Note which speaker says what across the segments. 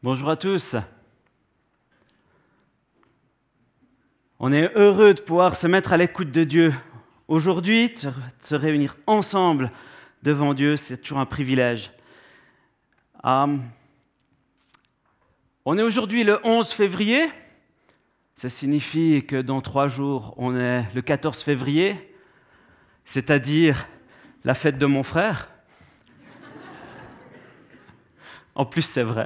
Speaker 1: Bonjour à tous. On est heureux de pouvoir se mettre à l'écoute de Dieu. Aujourd'hui, de se réunir ensemble devant Dieu, c'est toujours un privilège. On est aujourd'hui le 11 février. Ça signifie que dans 3 jours, on est le 14 février, c'est-à-dire la fête de mon frère. En plus, c'est vrai.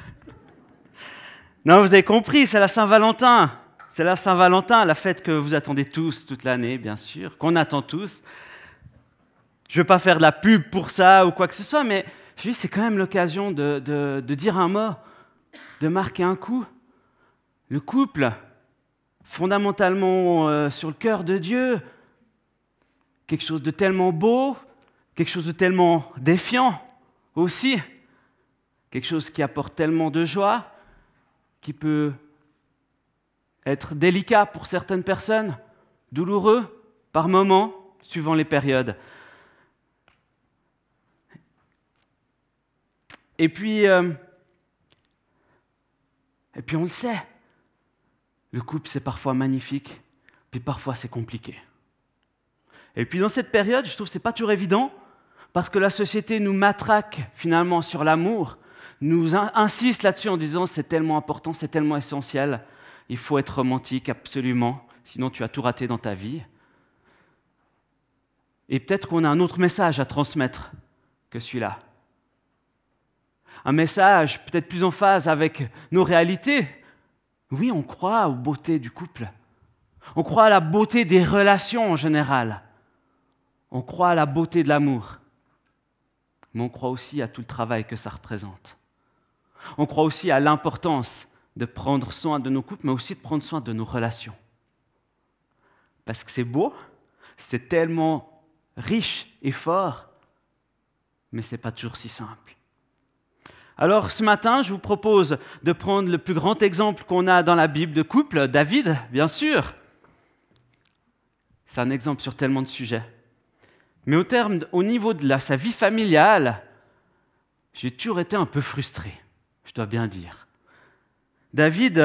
Speaker 1: Non, vous avez compris, c'est la Saint-Valentin. C'est la Saint-Valentin, la fête que vous attendez tous toute l'année, bien sûr, qu'on attend tous. Je ne veux pas faire de la pub pour ça ou quoi que ce soit, mais je dis c'est quand même l'occasion de dire un mot, de marquer un coup. Le couple, fondamentalement sur le cœur de Dieu, quelque chose de tellement beau, quelque chose de tellement défiant aussi, quelque chose qui apporte tellement de joie, qui peut être délicat pour certaines personnes, douloureux par moments, suivant les périodes. Et puis on le sait, le couple c'est parfois magnifique, puis parfois c'est compliqué. Et puis dans cette période, je trouve que c'est pas toujours évident, parce que la société nous matraque finalement sur l'amour, nous insiste là-dessus en disant c'est tellement important, c'est tellement essentiel, il faut être romantique absolument, sinon tu as tout raté dans ta vie. Et peut-être qu'on a un autre message à transmettre que celui-là. Un message peut-être plus en phase avec nos réalités. Oui, on croit aux beautés du couple. On croit à la beauté des relations en général. On croit à la beauté de l'amour. Mais on croit aussi à tout le travail que ça représente. On croit aussi à l'importance de prendre soin de nos couples, mais aussi de prendre soin de nos relations. Parce que c'est beau, c'est tellement riche et fort, mais ce n'est pas toujours si simple. Alors ce matin, je vous propose de prendre le plus grand exemple qu'on a dans la Bible de couple, David, bien sûr. C'est un exemple sur tellement de sujets. Mais au niveau de sa vie familiale, j'ai toujours été un peu frustré, je dois bien dire. David,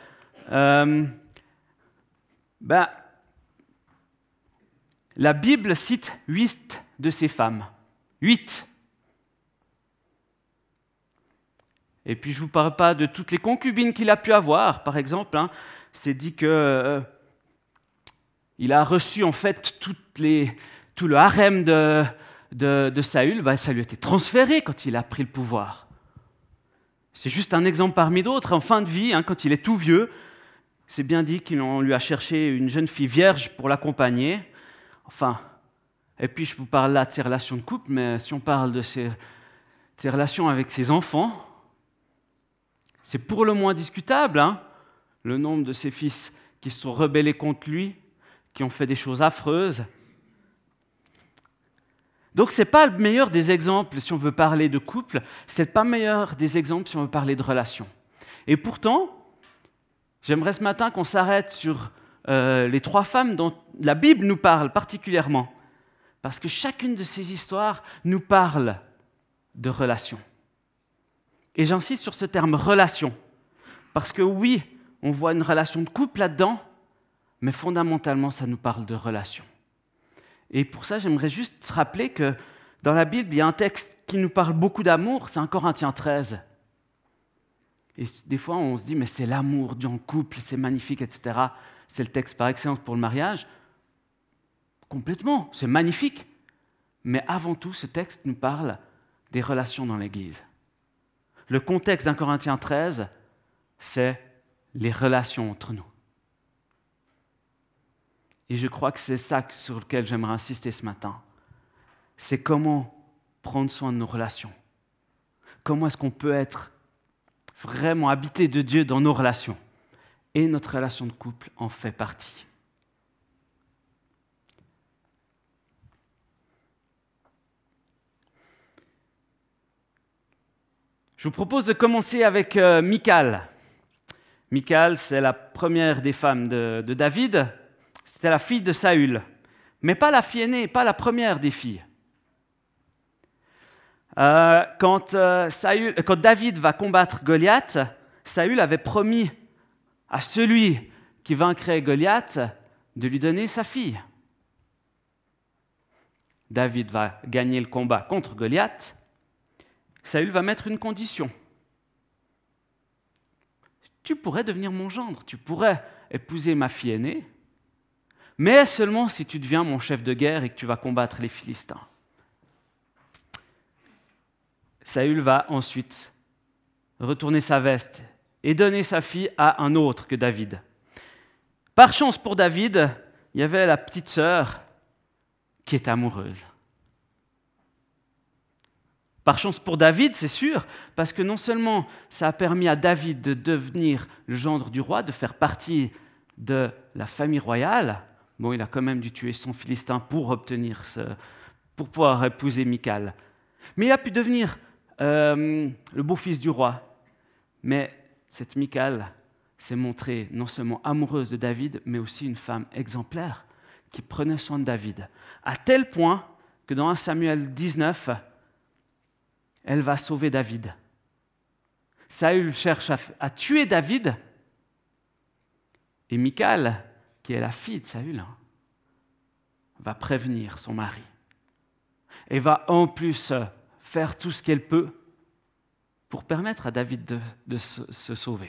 Speaker 1: la Bible cite 8 de ses femmes. 8. Et puis je ne vous parle pas de toutes les concubines qu'il a pu avoir. Par exemple, c'est dit que il a reçu en fait tout le harem de Saül. Ça lui a été transféré quand il a pris le pouvoir. C'est juste un exemple parmi d'autres. En fin de vie, quand il est tout vieux, c'est bien dit qu'on lui a cherché une jeune fille vierge pour l'accompagner. Enfin, et puis je vous parle là de ses relations de couple, mais si on parle de ses relations avec ses enfants, c'est pour le moins discutable, le nombre de ses fils qui se sont rebellés contre lui, qui ont fait des choses affreuses. Donc ce n'est pas le meilleur des exemples si on veut parler de couple, ce n'est pas le meilleur des exemples si on veut parler de relations. Et pourtant, j'aimerais ce matin qu'on s'arrête sur les 3 femmes dont la Bible nous parle particulièrement, parce que chacune de ces histoires nous parle de relations. Et j'insiste sur ce terme « relation », parce que oui, on voit une relation de couple là-dedans, mais fondamentalement, ça nous parle de relation. Et pour ça, j'aimerais juste rappeler que dans la Bible, il y a un texte qui nous parle beaucoup d'amour, c'est 1 Corinthiens 13. Et des fois, on se dit, mais c'est l'amour dans le couple, c'est magnifique, etc. C'est le texte par excellence pour le mariage. Complètement, c'est magnifique. Mais avant tout, ce texte nous parle des relations dans l'Église. Le contexte d'1 Corinthiens 13, c'est les relations entre nous. Et je crois que c'est ça sur lequel j'aimerais insister ce matin. C'est comment prendre soin de nos relations. Comment est-ce qu'on peut être vraiment habité de Dieu dans nos relations. Et notre relation de couple en fait partie. Je vous propose de commencer avec Michal. Michal, c'est la première des femmes de David. C'était la fille de Saül. Mais pas la fille aînée, pas la première des filles. Quand David va combattre Goliath, Saül avait promis à celui qui vaincrait Goliath de lui donner sa fille. David va gagner le combat contre Goliath. Saül va mettre une condition. Tu pourrais devenir mon gendre, tu pourrais épouser ma fille aînée, mais seulement si tu deviens mon chef de guerre et que tu vas combattre les Philistins. Saül va ensuite retourner sa veste et donner sa fille à un autre que David. Par chance pour David, il y avait la petite sœur qui est amoureuse. Par chance pour David, c'est sûr, parce que non seulement ça a permis à David de devenir le gendre du roi, de faire partie de la famille royale. Bon, il a quand même dû tuer son Philistin pour pouvoir épouser Michal. Mais il a pu devenir le beau-fils du roi. Mais cette Michal s'est montrée non seulement amoureuse de David, mais aussi une femme exemplaire qui prenait soin de David. À tel point que dans 1 Samuel 19, elle va sauver David. Saül cherche à tuer David, et Michal, qui est la fille de Saül, va prévenir son mari. Et va en plus faire tout ce qu'elle peut pour permettre à David de se sauver,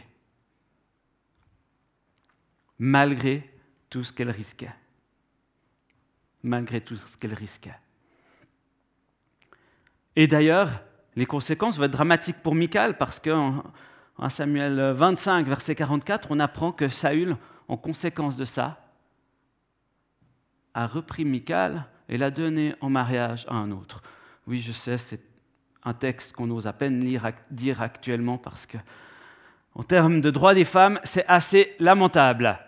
Speaker 1: malgré tout ce qu'elle risquait. Malgré tout ce qu'elle risquait. Et d'ailleurs, les conséquences vont être dramatiques pour Michal, parce qu'en 1 Samuel 25, verset 44, on apprend que Saül, en conséquence de ça, a repris Michal et l'a donnée en mariage à un autre. Oui, je sais, c'est un texte qu'on ose à peine dire actuellement, parce que, en termes de droits des femmes, c'est assez lamentable.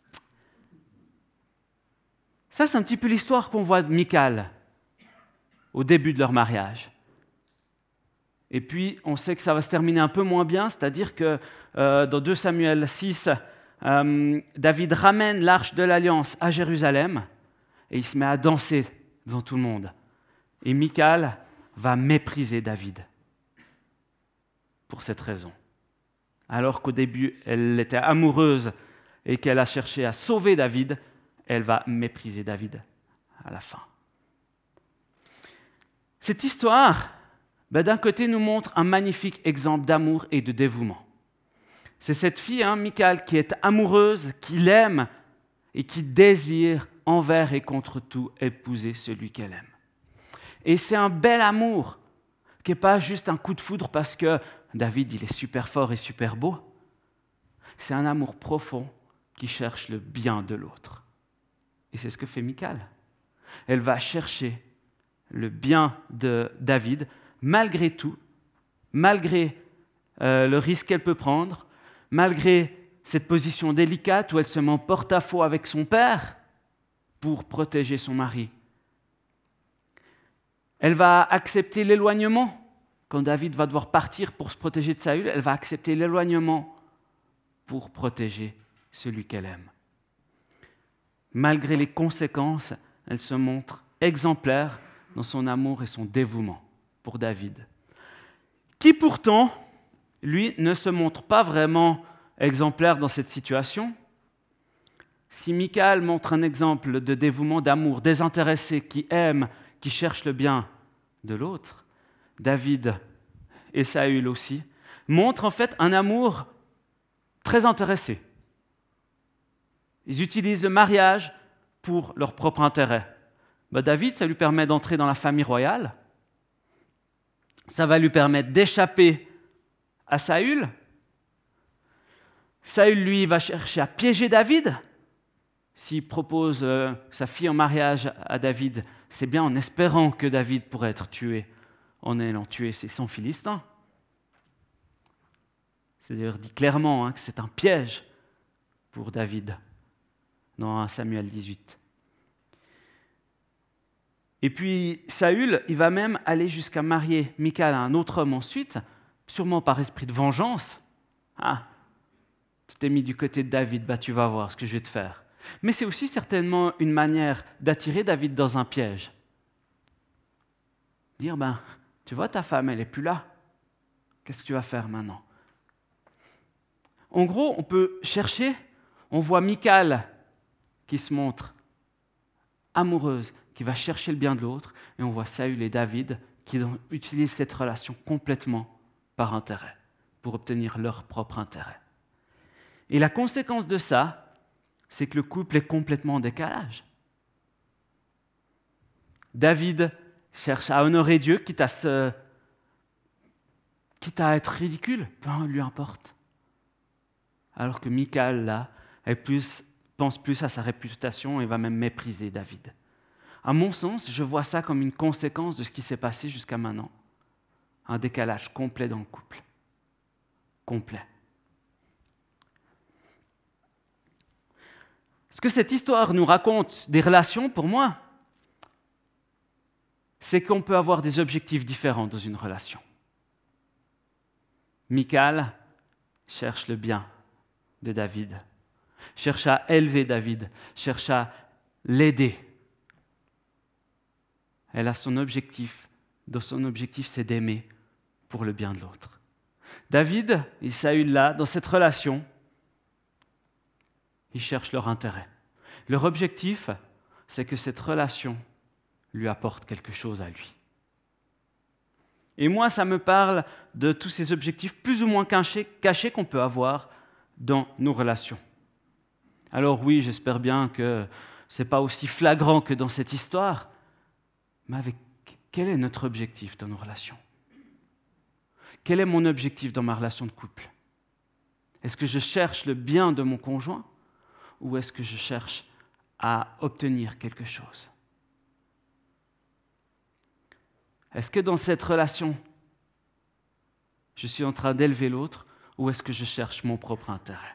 Speaker 1: Ça, c'est un petit peu l'histoire qu'on voit de Michal au début de leur mariage. Et puis, on sait que ça va se terminer un peu moins bien, c'est-à-dire que dans 2 Samuel 6, David ramène l'arche de l'Alliance à Jérusalem et il se met à danser devant tout le monde. Et Michal va mépriser David pour cette raison. Alors qu'au début, elle était amoureuse et qu'elle a cherché à sauver David, elle va mépriser David à la fin. Cette histoire, d'un côté, nous montre un magnifique exemple d'amour et de dévouement. C'est cette fille, Michal, qui est amoureuse, qui l'aime et qui désire envers et contre tout épouser celui qu'elle aime. Et c'est un bel amour qui n'est pas juste un coup de foudre parce que David, il est super fort et super beau. C'est un amour profond qui cherche le bien de l'autre. Et c'est ce que fait Michal. Elle va chercher le bien de David, malgré tout, malgré le risque qu'elle peut prendre, malgré cette position délicate où elle se met en porte-à-faux avec son père pour protéger son mari. Elle va accepter l'éloignement. Quand David va devoir partir pour se protéger de Saül, elle va accepter l'éloignement pour protéger celui qu'elle aime. Malgré les conséquences, elle se montre exemplaire dans son amour et son dévouement pour David, qui pourtant, lui, ne se montre pas vraiment exemplaire dans cette situation. Si Michal montre un exemple de dévouement, d'amour désintéressé, qui aime, qui cherche le bien de l'autre, David et Saül aussi montrent en fait un amour très intéressé. Ils utilisent le mariage pour leur propre intérêt. David, ça lui permet d'entrer dans la famille royale. Ça va lui permettre d'échapper à Saül. Saül, lui, va chercher à piéger David. S'il propose sa fille en mariage à David, c'est bien en espérant que David pourrait être tué en ayant tué ses 100 Philistins. C'est-à-dire dit clairement que c'est un piège pour David dans 1 Samuel 18. Et puis Saül, il va même aller jusqu'à marier Michal à un autre homme ensuite, sûrement par esprit de vengeance. Tu t'es mis du côté de David, tu vas voir ce que je vais te faire. Mais c'est aussi certainement une manière d'attirer David dans un piège. Dire, Tu vois, ta femme, elle n'est plus là. Qu'est-ce que tu vas faire maintenant? En gros, on peut chercher, on voit Michal qui se montre amoureuse, qui va chercher le bien de l'autre, et on voit Saül et David qui utilisent cette relation complètement par intérêt, pour obtenir leur propre intérêt. Et la conséquence de ça, c'est que le couple est complètement en décalage. David cherche à honorer Dieu, quitte à être ridicule, peu lui importe. Alors que Michal, là, pense plus à sa réputation et va même mépriser David. À mon sens, je vois ça comme une conséquence de ce qui s'est passé jusqu'à maintenant. Un décalage complet dans le couple. Complet. Ce que cette histoire nous raconte des relations, pour moi, c'est qu'on peut avoir des objectifs différents dans une relation. Michal cherche le bien de David, cherche à élever David, cherche à l'aider. Elle a son objectif, son objectif c'est d'aimer pour le bien de l'autre. David et Saül là, dans cette relation, ils cherchent leur intérêt. Leur objectif, c'est que cette relation lui apporte quelque chose à lui. Et moi, ça me parle de tous ces objectifs plus ou moins cachés qu'on peut avoir dans nos relations. Alors oui, j'espère bien que ce n'est pas aussi flagrant que dans cette histoire, mais quel est notre objectif dans nos relations? Quel est mon objectif dans ma relation de couple? Est-ce que je cherche le bien de mon conjoint ou est-ce que je cherche à obtenir quelque chose? Est-ce que dans cette relation, je suis en train d'élever l'autre ou est-ce que je cherche mon propre intérêt?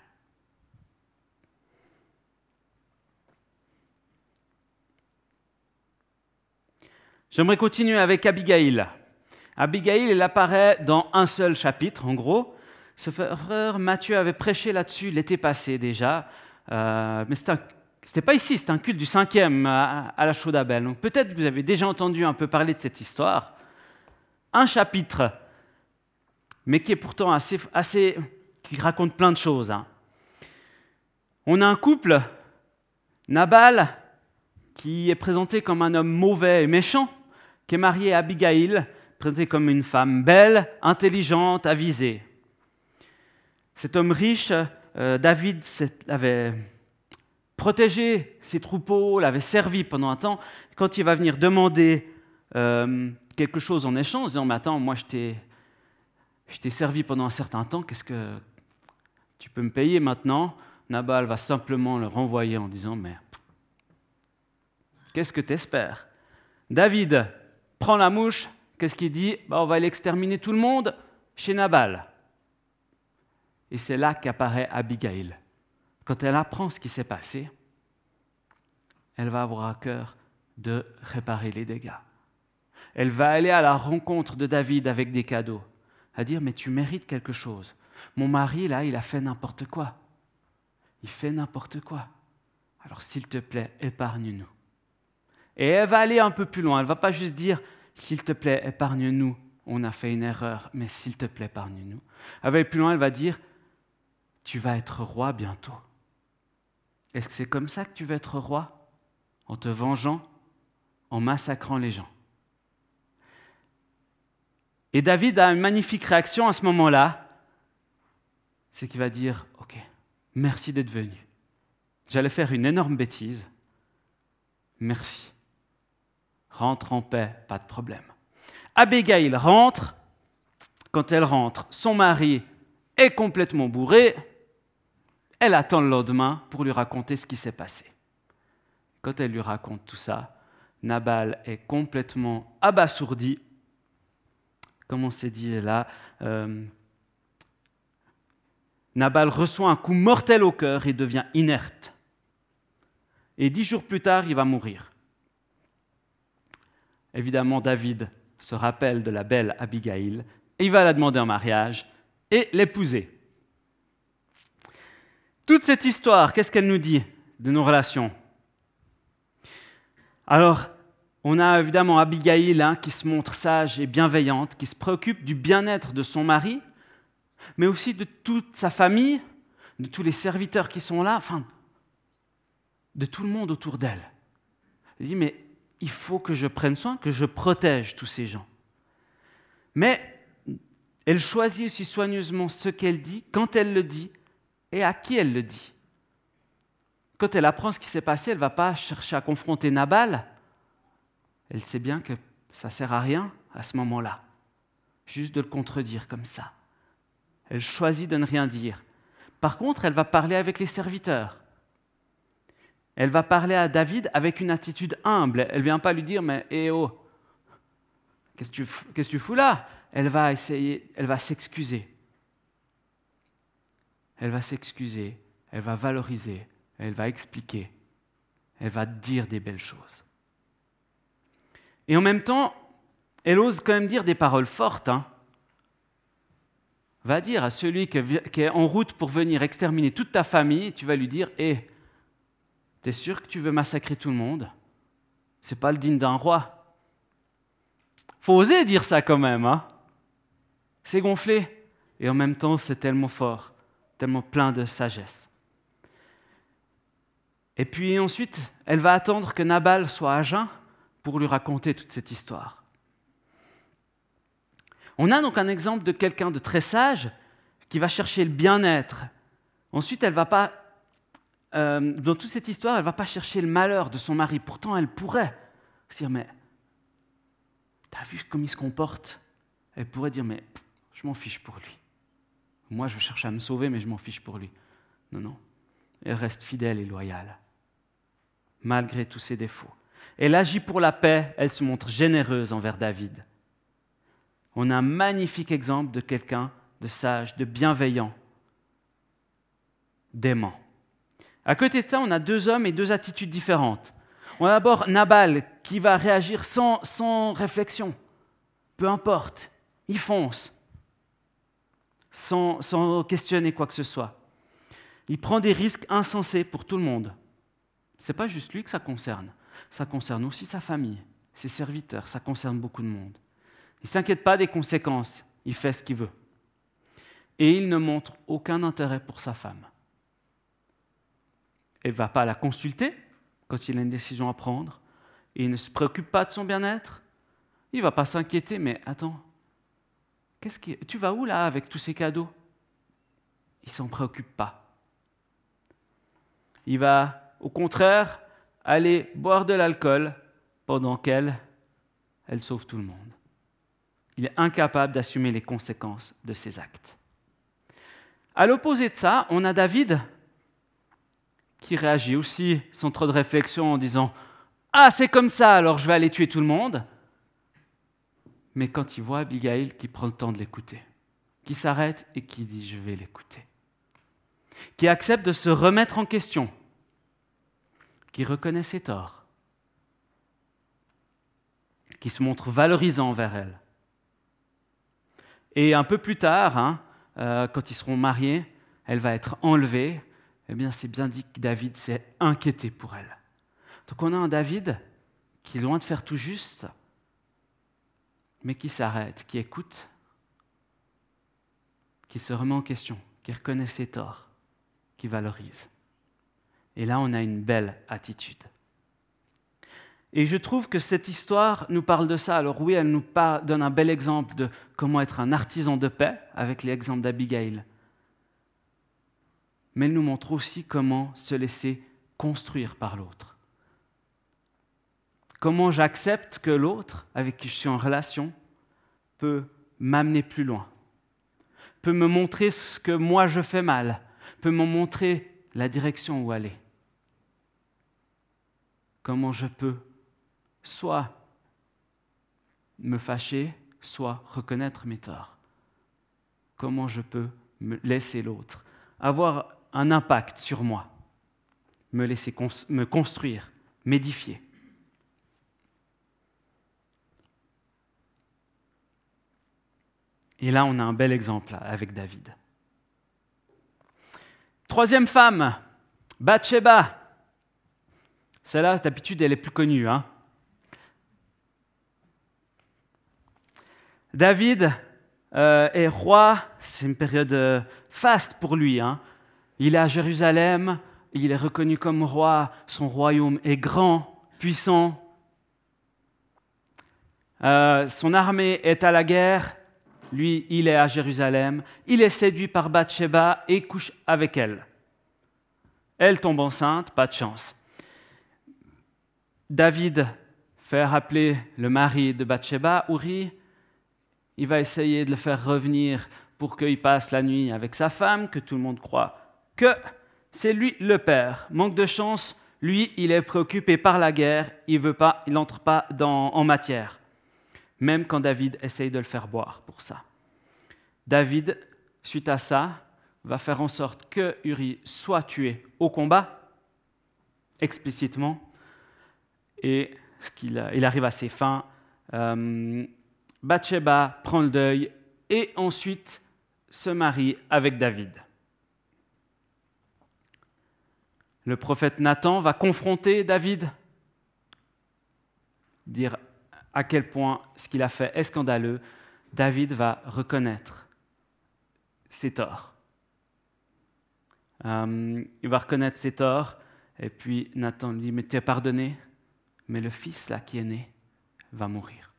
Speaker 1: J'aimerais continuer avec Abigail. Abigail, elle apparaît dans un seul chapitre, en gros. Ce frère Matthieu avait prêché là-dessus l'été passé déjà, mais c'était pas ici, c'était un culte du 5e à la Chaux d'Abel. Donc peut-être que vous avez déjà entendu un peu parler de cette histoire. Un chapitre, mais qui est pourtant qui raconte plein de choses. Hein. On a un couple, Nabal, qui est présenté comme un homme mauvais et méchant, qui est marié à Abigail, présentée comme une femme belle, intelligente, avisée. Cet homme riche, David, avait protégé ses troupeaux, l'avait servi pendant un temps. Quand il va venir demander quelque chose en échange, en disant « Mais attends, moi je t'ai servi pendant un certain temps, qu'est-ce que tu peux me payer maintenant ?» Nabal va simplement le renvoyer en disant « Mais qu'est-ce que tu espères ?» David prend la mouche, qu'est-ce qu'il dit? On va aller exterminer tout le monde chez Nabal. Et c'est là qu'apparaît Abigail. Quand elle apprend ce qui s'est passé, elle va avoir à cœur de réparer les dégâts. Elle va aller à la rencontre de David avec des cadeaux, à dire « Mais tu mérites quelque chose. Mon mari, là, il a fait n'importe quoi. Il fait n'importe quoi. Alors, s'il te plaît, épargne-nous. » Et elle va aller un peu plus loin. Elle ne va pas juste dire « S'il te plaît, épargne-nous. On a fait une erreur, mais s'il te plaît, épargne-nous. » Elle va aller plus loin, elle va dire « Tu vas être roi bientôt. Est-ce que c'est comme ça que tu vas être roi? En te vengeant, en massacrant les gens. » Et David a une magnifique réaction à ce moment-là. C'est qu'il va dire « Ok, merci d'être venu. J'allais faire une énorme bêtise. Merci. Rentre en paix, pas de problème. » Abigail rentre. Quand elle rentre, son mari est complètement bourré. Elle attend le lendemain pour lui raconter ce qui s'est passé. Quand elle lui raconte tout ça, Nabal est complètement abasourdi. Comme on s'est dit là, Nabal reçoit un coup mortel au cœur et devient inerte. Et 10 jours plus tard, il va mourir. Évidemment, David se rappelle de la belle Abigail et il va la demander en mariage et l'épouser. Toute cette histoire, qu'est-ce qu'elle nous dit de nos relations? Alors, On a évidemment Abigail qui se montre sage et bienveillante, qui se préoccupe du bien-être de son mari, mais aussi de toute sa famille, de tous les serviteurs qui sont là, enfin, de tout le monde autour d'elle. Elle dit, mais il faut que je prenne soin, que je protège tous ces gens. Mais elle choisit aussi soigneusement ce qu'elle dit, quand elle le dit, et à qui elle le dit. Quand elle apprend ce qui s'est passé, elle ne va pas chercher à confronter Nabal. Elle sait bien que ça ne sert à rien à ce moment-là, juste de le contredire comme ça. Elle choisit de ne rien dire. Par contre, elle va parler avec les serviteurs. Elle va parler à David avec une attitude humble. Elle ne vient pas lui dire « mais oh, qu'est-ce que tu fous là ?» Elle va s'excuser. Elle va s'excuser, elle va valoriser, elle va expliquer, elle va dire des belles choses. Et en même temps, elle ose quand même dire des paroles fortes. Va dire à celui qui est en route pour venir exterminer toute ta famille, tu vas lui dire « t'es sûr que tu veux massacrer tout le monde ? C'est pas le digne d'un roi. » Faut oser dire ça quand même, C'est gonflé. Et en même temps, c'est tellement fort, tellement plein de sagesse. Et puis ensuite, elle va attendre que Nabal soit à jeun pour lui raconter toute cette histoire. On a donc un exemple de quelqu'un de très sage qui va chercher le bien-être. Ensuite, elle va pas, dans toute cette histoire, elle ne va pas chercher le malheur de son mari. Pourtant, elle pourrait se dire, mais t'as vu comme il se comporte ? Elle pourrait dire, mais je m'en fiche pour lui. Moi, je vais chercher à me sauver, mais je m'en fiche pour lui. Non. Elle reste fidèle et loyale, malgré tous ses défauts. Elle agit pour la paix, elle se montre généreuse envers David. On a un magnifique exemple de quelqu'un de sage, de bienveillant, d'aimant. À côté de ça, on a deux hommes et deux attitudes différentes. On a d'abord Nabal qui va réagir sans réflexion. Peu importe, il fonce, sans questionner quoi que ce soit. Il prend des risques insensés pour tout le monde. Ce n'est pas juste lui que ça concerne aussi sa famille, ses serviteurs, ça concerne beaucoup de monde. Il ne s'inquiète pas des conséquences, il fait ce qu'il veut. Et il ne montre aucun intérêt pour sa femme. Elle ne va pas la consulter quand il a une décision à prendre, et il ne se préoccupe pas de son bien-être. Il ne va pas s'inquiéter, mais attends, tu vas où là avec tous ces cadeaux ? Il ne s'en préoccupe pas. Il va, au contraire, aller boire de l'alcool pendant qu'elle sauve tout le monde. Il est incapable d'assumer les conséquences de ses actes. À l'opposé de ça, on a David qui réagit aussi sans trop de réflexion en disant « Ah, c'est comme ça, alors je vais aller tuer tout le monde ». Mais quand il voit Abigail qui prend le temps de l'écouter, qui s'arrête et qui dit « Je vais l'écouter », qui accepte de se remettre en question, qui reconnaît ses torts, qui se montre valorisant envers elle. Et un peu plus tard, quand ils seront mariés, elle va être enlevée. Eh bien, c'est bien dit que David s'est inquiété pour elle. Donc on a un David qui est loin de faire tout juste, mais qui s'arrête, qui écoute, qui se remet en question, qui reconnaît ses torts, qui valorise. Et là, on a une belle attitude. Et je trouve que cette histoire nous parle de ça. Alors oui, elle nous donne un bel exemple de comment être un artisan de paix, avec l'exemple d'Abigail. Mais elle nous montre aussi comment se laisser construire par l'autre. Comment j'accepte que l'autre, avec qui je suis en relation, peut m'amener plus loin, peut me montrer ce que moi je fais mal, peut me montrer la direction où aller. Comment je peux soit me fâcher, soit reconnaître mes torts. Comment je peux me laisser l'autre avoir un impact sur moi, me laisser me construire, m'édifier. Et là, on a un bel exemple avec David. Troisième femme, Bathsheba. Celle-là, d'habitude, elle est plus connue. David est roi, c'est une période faste pour lui. Il est à Jérusalem, il est reconnu comme roi, son royaume est grand, puissant. Son armée est à la guerre, lui, il est à Jérusalem. Il est séduit par Bathsheba et couche avec elle. Elle tombe enceinte, pas de chance. David fait rappeler le mari de Bathsheba, Uri. Il va essayer de le faire revenir pour qu'il passe la nuit avec sa femme, que tout le monde croit que c'est lui le père. Manque de chance, lui, il est préoccupé par la guerre, il n'entre pas en matière. Même quand David essaye de le faire boire pour ça. David, suite à ça, va faire en sorte que Uri soit tué au combat, explicitement, et il arrive à ses fins. Bathsheba prend le deuil et ensuite se marie avec David. Le prophète Nathan va confronter David, dire à quel point ce qu'il a fait est scandaleux. David va reconnaître ses torts. Il va reconnaître ses torts, et puis Nathan lui dit, mais tu es pardonné, mais le fils là qui est né va mourir.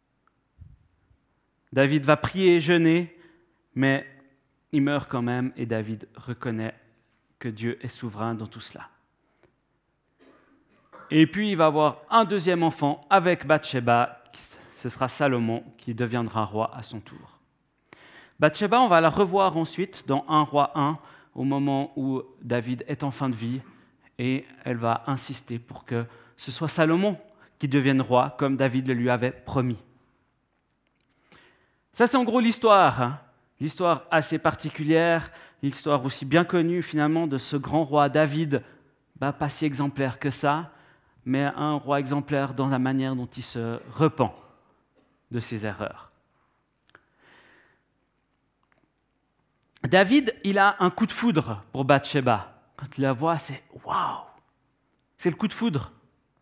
Speaker 1: David va prier et jeûner, mais il meurt quand même, et David reconnaît que Dieu est souverain dans tout cela. Et puis il va avoir un deuxième enfant avec Bathsheba, ce sera Salomon qui deviendra roi à son tour. Bathsheba, on va la revoir ensuite dans 1 Roi 1, au moment où David est en fin de vie, et elle va insister pour que ce soit Salomon qui devienne roi, comme David le lui avait promis. Ça, c'est en gros l'histoire, l'histoire assez particulière, l'histoire aussi bien connue finalement de ce grand roi David, pas si exemplaire que ça, mais un roi exemplaire dans la manière dont il se repent de ses erreurs. David, il a un coup de foudre pour Bathsheba. Quand il la voit, c'est « waouh !» C'est le coup de foudre.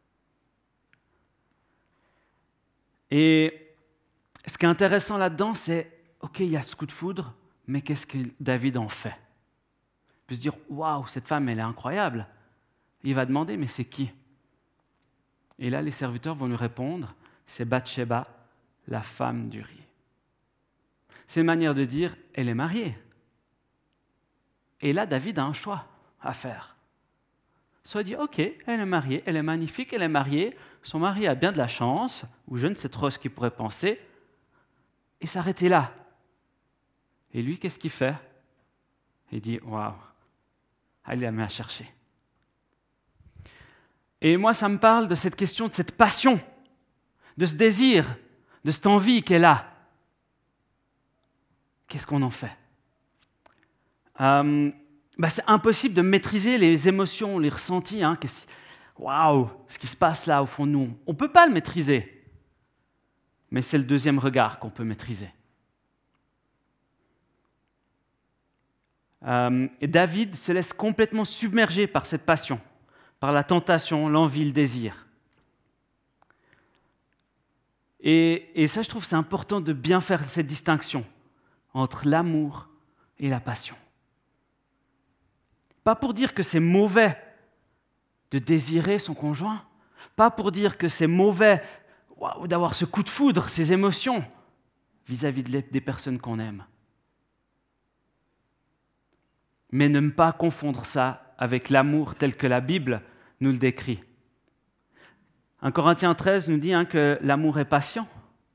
Speaker 1: Et ce qui est intéressant là-dedans, c'est « ok, il y a ce coup de foudre, mais qu'est-ce que David en fait ?» Il peut se dire « waouh, cette femme, elle est incroyable !» Il va demander « mais c'est qui ?» Et là, les serviteurs vont lui répondre « c'est Bathsheba, la femme d'Uri. » C'est une manière de dire « elle est mariée ». Et là, David a un choix à faire. Soit il dit, ok, elle est mariée, elle est magnifique, elle est mariée, son mari a bien de la chance, ou je ne sais trop ce qu'il pourrait penser, et s'arrêter là. Et lui, qu'est-ce qu'il fait? Il dit, waouh, elle la met à chercher. Et moi, ça me parle de cette question, de cette passion, de ce désir, de cette envie qu'elle a. Qu'est-ce qu'on en fait? C'est impossible de maîtriser les émotions, les ressentis. Waouh, ce qui se passe là au fond de nous. On ne peut pas le maîtriser. Mais c'est le deuxième regard qu'on peut maîtriser. Et David se laisse complètement submerger par cette passion, par la tentation, l'envie, le désir. Et ça, je trouve, c'est important de bien faire cette distinction entre l'amour et la passion. Pas pour dire que c'est mauvais de désirer son conjoint, pas pour dire que c'est mauvais d'avoir ce coup de foudre, ces émotions vis-à-vis des personnes qu'on aime. Mais ne pas confondre ça avec l'amour tel que la Bible nous le décrit. 1 Corinthiens 13 nous dit que l'amour est patient,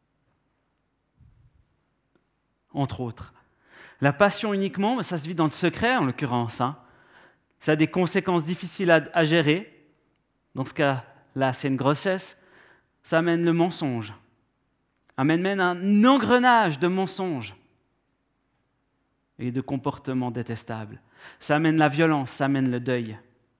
Speaker 1: entre autres. La passion uniquement, ça se vit dans le secret en l'occurrence. Ça a des conséquences difficiles à gérer. Dans ce cas-là, c'est une grossesse. Ça amène le mensonge. Amène même un engrenage de mensonges et de comportements détestables. Ça amène la violence, ça amène le deuil.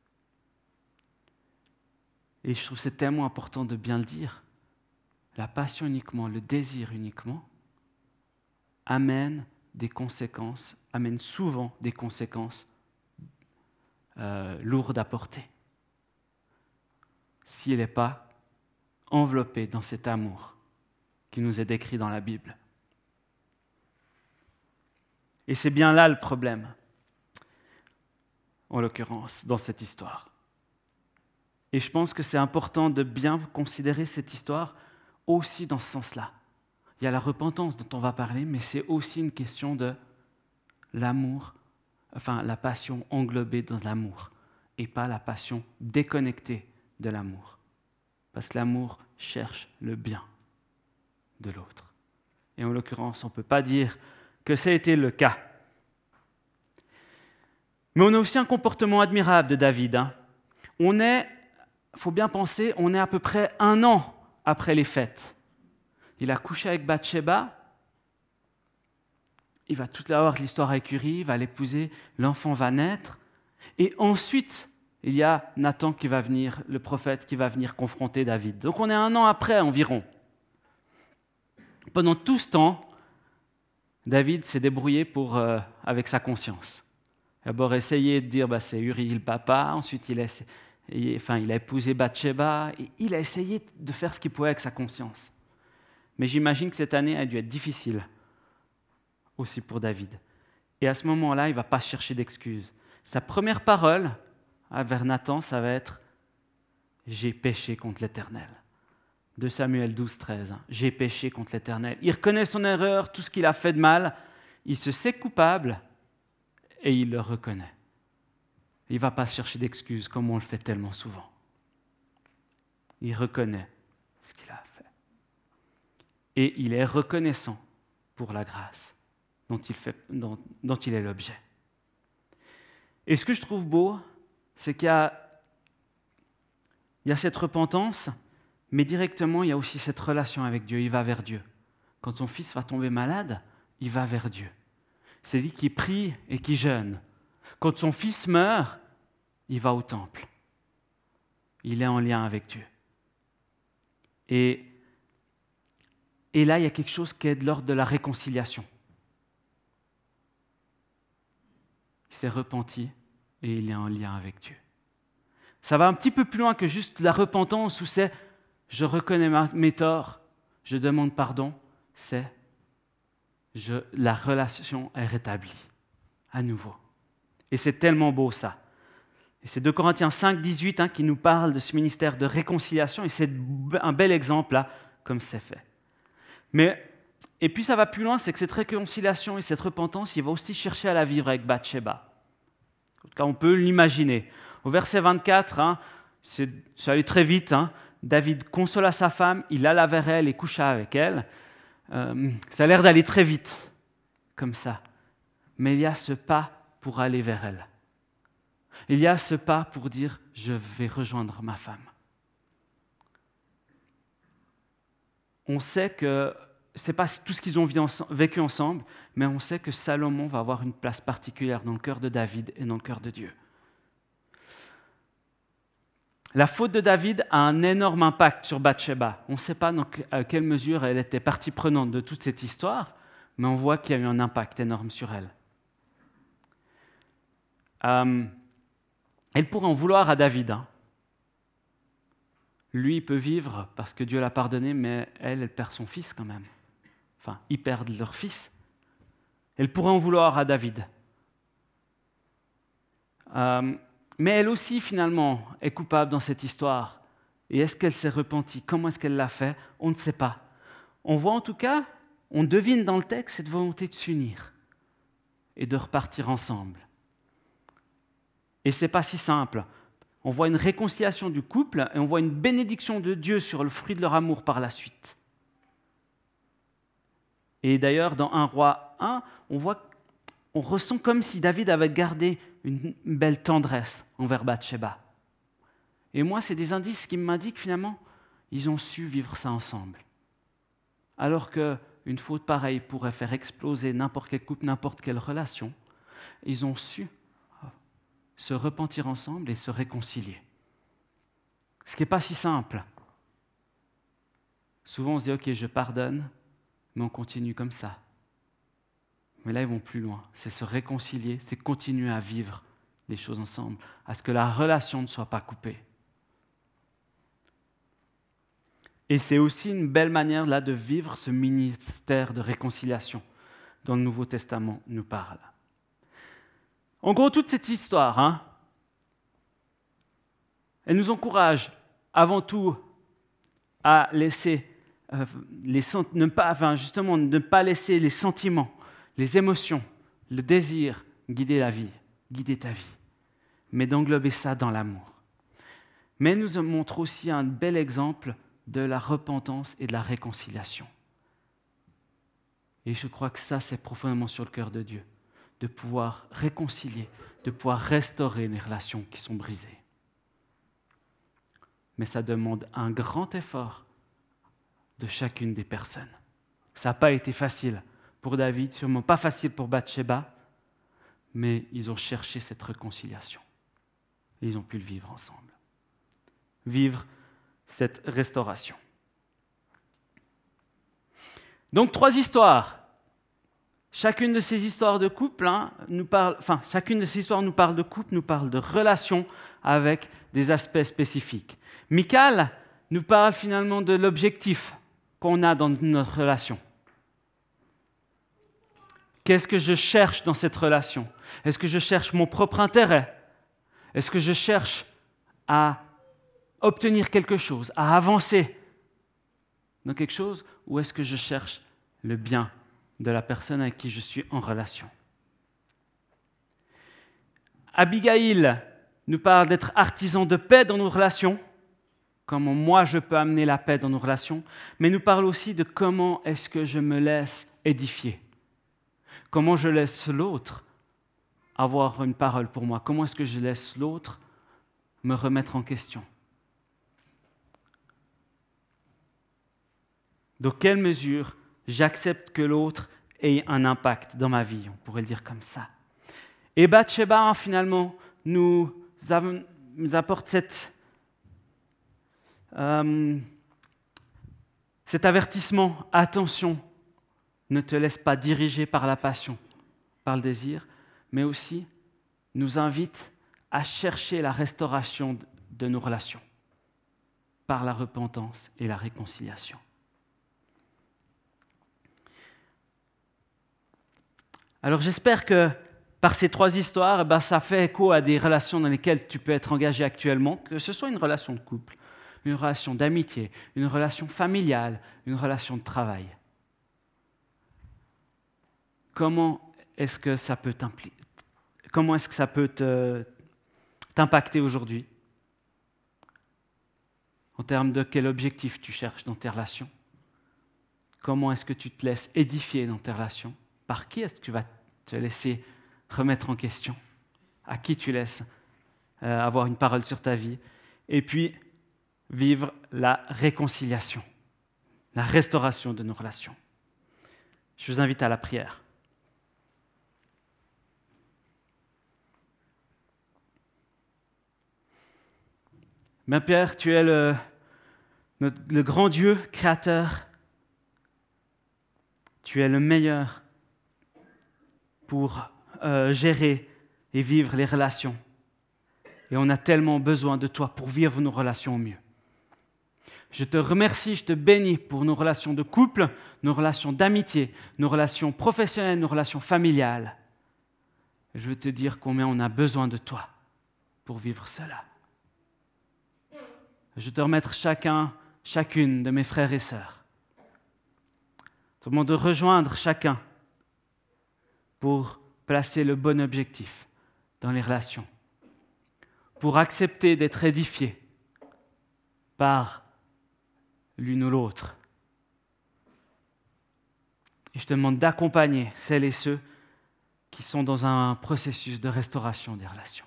Speaker 1: Et je trouve que c'est tellement important de bien le dire. La passion uniquement, le désir uniquement, amène des conséquences, amène souvent des conséquences lourde à porter, si elle n'est pas enveloppée dans cet amour qui nous est décrit dans la Bible. Et c'est bien là le problème, en l'occurrence, dans cette histoire. Et je pense que c'est important de bien considérer cette histoire aussi dans ce sens-là. Il y a la repentance dont on va parler, mais c'est aussi une question de l'amour, enfin la passion englobée dans l'amour, et pas la passion déconnectée de l'amour. Parce que l'amour cherche le bien de l'autre. Et en l'occurrence, on ne peut pas dire que ça a été le cas. Mais on a aussi un comportement admirable de David. Il faut bien penser, on est à peu près 1 an après les fêtes. Il a couché avec Bathsheba, il va tout avoir l'histoire avec Uri, il va l'épouser, l'enfant va naître, et ensuite, il y a Nathan qui va venir, le prophète qui va venir confronter David. Donc on est 1 an après environ. Pendant tout ce temps, David s'est débrouillé avec sa conscience. D'abord essayé de dire c'est Uri le papa, ensuite il a épousé Bathsheba, et il a essayé de faire ce qu'il pouvait avec sa conscience. Mais j'imagine que cette année a dû être difficile aussi pour David. Et à ce moment-là, il ne va pas chercher d'excuses. Sa première parole vers Nathan, ça va être « J'ai péché contre l'Éternel ». 2 Samuel 12, 13. J'ai péché contre l'Éternel. Il reconnaît son erreur, tout ce qu'il a fait de mal. Il se sait coupable et il le reconnaît. Il ne va pas chercher d'excuses comme on le fait tellement souvent. Il reconnaît ce qu'il a fait. Et il est reconnaissant pour la grâce dont il est l'objet. Et ce que je trouve beau, c'est qu'il y a cette repentance, mais directement, il y a aussi cette relation avec Dieu. Il va vers Dieu. Quand son fils va tomber malade, il va vers Dieu. C'est lui qui prie et qui jeûne. Quand son fils meurt, il va au temple. Il est en lien avec Dieu. Et là, il y a quelque chose qui est de l'ordre de la réconciliation. Il s'est repenti et il est en lien avec Dieu. Ça va un petit peu plus loin que juste la repentance où c'est « je reconnais mes torts, je demande pardon », c'est « la relation est rétablie à nouveau ». Et c'est tellement beau ça. Et c'est 2 Corinthiens 5, 18 qui nous parle de ce ministère de réconciliation et c'est un bel exemple là, comme c'est fait. Et puis ça va plus loin, c'est que cette réconciliation et cette repentance, il va aussi chercher à la vivre avec Bathsheba. En tout cas, on peut l'imaginer. Au verset 24, ça allait très vite, David consola sa femme, il alla vers elle et coucha avec elle. Ça a l'air d'aller très vite, comme ça. Mais il y a ce pas pour aller vers elle. Il y a ce pas pour dire « je vais rejoindre ma femme ». On sait que ce n'est pas tout ce qu'ils ont vécu ensemble, mais on sait que Salomon va avoir une place particulière dans le cœur de David et dans le cœur de Dieu. La faute de David a un énorme impact sur Bathsheba. On ne sait pas à quelle mesure elle était partie prenante de toute cette histoire, mais on voit qu'il y a eu un impact énorme sur elle. Elle pourrait en vouloir à David. Lui, il peut vivre parce que Dieu l'a pardonné, mais elle perd son fils quand même. Enfin, ils perdent leur fils. Elle pourrait en vouloir à David. Mais elle aussi, finalement, est coupable dans cette histoire. Et est-ce qu'elle s'est repentie? Comment est-ce qu'elle l'a fait? On ne sait pas. On voit en tout cas, on devine dans le texte cette volonté de s'unir et de repartir ensemble. Et ce n'est pas si simple. On voit une réconciliation du couple et on voit une bénédiction de Dieu sur le fruit de leur amour par la suite. Et d'ailleurs, dans 1 Roi 1, on ressent comme si David avait gardé une belle tendresse envers Bathsheba. Et moi, c'est des indices qui m'indiquent finalement, ils ont su vivre ça ensemble. Alors qu'une faute pareille pourrait faire exploser n'importe quel couple, n'importe quelle relation, ils ont su se repentir ensemble et se réconcilier. Ce qui n'est pas si simple. Souvent, on se dit, ok, je pardonne, mais on continue comme ça. Mais là, ils vont plus loin. C'est se réconcilier, c'est continuer à vivre les choses ensemble, à ce que la relation ne soit pas coupée. Et c'est aussi une belle manière là de vivre ce ministère de réconciliation. dont le Nouveau Testament nous parle. En gros, toute cette histoire, elle nous encourage avant tout à laisser ne pas laisser les sentiments, les émotions, le désir guider la vie, guider ta vie, mais d'englober ça dans l'amour. Mais elle nous montre aussi un bel exemple de la repentance et de la réconciliation. Et je crois que ça, c'est profondément sur le cœur de Dieu, de pouvoir réconcilier, de pouvoir restaurer les relations qui sont brisées. Mais ça demande un grand effort de chacune des personnes. Ça n'a pas été facile pour David, sûrement pas facile pour Bathsheba, mais ils ont cherché cette réconciliation. Et ils ont pu le vivre ensemble. Vivre cette restauration. Donc 3 histoires. Chacune de ces histoires de couple chacune de ces histoires nous parle de couple, nous parle de relation avec des aspects spécifiques. Michal nous parle finalement de l'objectif qu'on a dans notre relation. Qu'est-ce que je cherche dans cette relation? Est-ce que je cherche mon propre intérêt? Est-ce que je cherche à obtenir quelque chose, à avancer dans quelque chose, ou est-ce que je cherche le bien de la personne avec qui je suis en relation? Abigail nous parle d'être artisan de paix dans nos relations, comment moi je peux amener la paix dans nos relations, mais nous parle aussi de comment est-ce que je me laisse édifier, comment je laisse l'autre avoir une parole pour moi, comment est-ce que je laisse l'autre me remettre en question. Dans quelle mesure j'accepte que l'autre ait un impact dans ma vie, on pourrait le dire comme ça. Et Bathsheba, finalement, nous apporte cet avertissement, attention, ne te laisse pas diriger par la passion, par le désir, mais aussi nous invite à chercher la restauration de nos relations par la repentance et la réconciliation. Alors j'espère que par ces 3 histoires, ça fait écho à des relations dans lesquelles tu peux être engagé actuellement, que ce soit une relation de couple, une relation d'amitié, une relation familiale, une relation de travail. Comment est-ce que ça peut t'impacter aujourd'hui? En termes de quel objectif tu cherches dans tes relations? Comment est-ce que tu te laisses édifier dans tes relations? Par qui est-ce que tu vas te laisser remettre en question? À qui tu laisses avoir une parole sur ta vie? Et puis, vivre la réconciliation, la restauration de nos relations. Je vous invite à la prière. Mon Père, tu es le grand Dieu créateur. Tu es le meilleur pour gérer et vivre les relations. Et on a tellement besoin de toi pour vivre nos relations au mieux. Je te remercie, je te bénis pour nos relations de couple, nos relations d'amitié, nos relations professionnelles, nos relations familiales. Je veux te dire combien on a besoin de toi pour vivre cela. Je te remettre chacune de mes frères et sœurs. Je te demande de rejoindre chacun pour placer le bon objectif dans les relations, pour accepter d'être édifié par l'une ou l'autre. Et je te demande d'accompagner celles et ceux qui sont dans un processus de restauration des relations.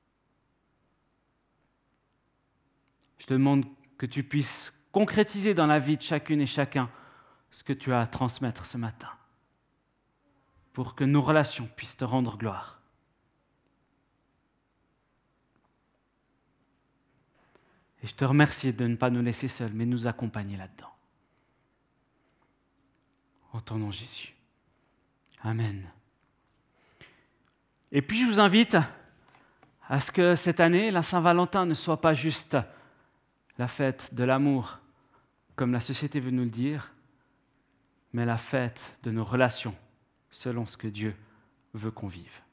Speaker 1: Je te demande que tu puisses concrétiser dans la vie de chacune et chacun ce que tu as à transmettre ce matin, pour que nos relations puissent te rendre gloire. Et je te remercie de ne pas nous laisser seuls, mais nous accompagner là-dedans. En ton nom, Jésus. Amen. Et puis, je vous invite à ce que cette année, la Saint-Valentin ne soit pas juste la fête de l'amour, comme la société veut nous le dire, mais la fête de nos relations selon ce que Dieu veut qu'on vive.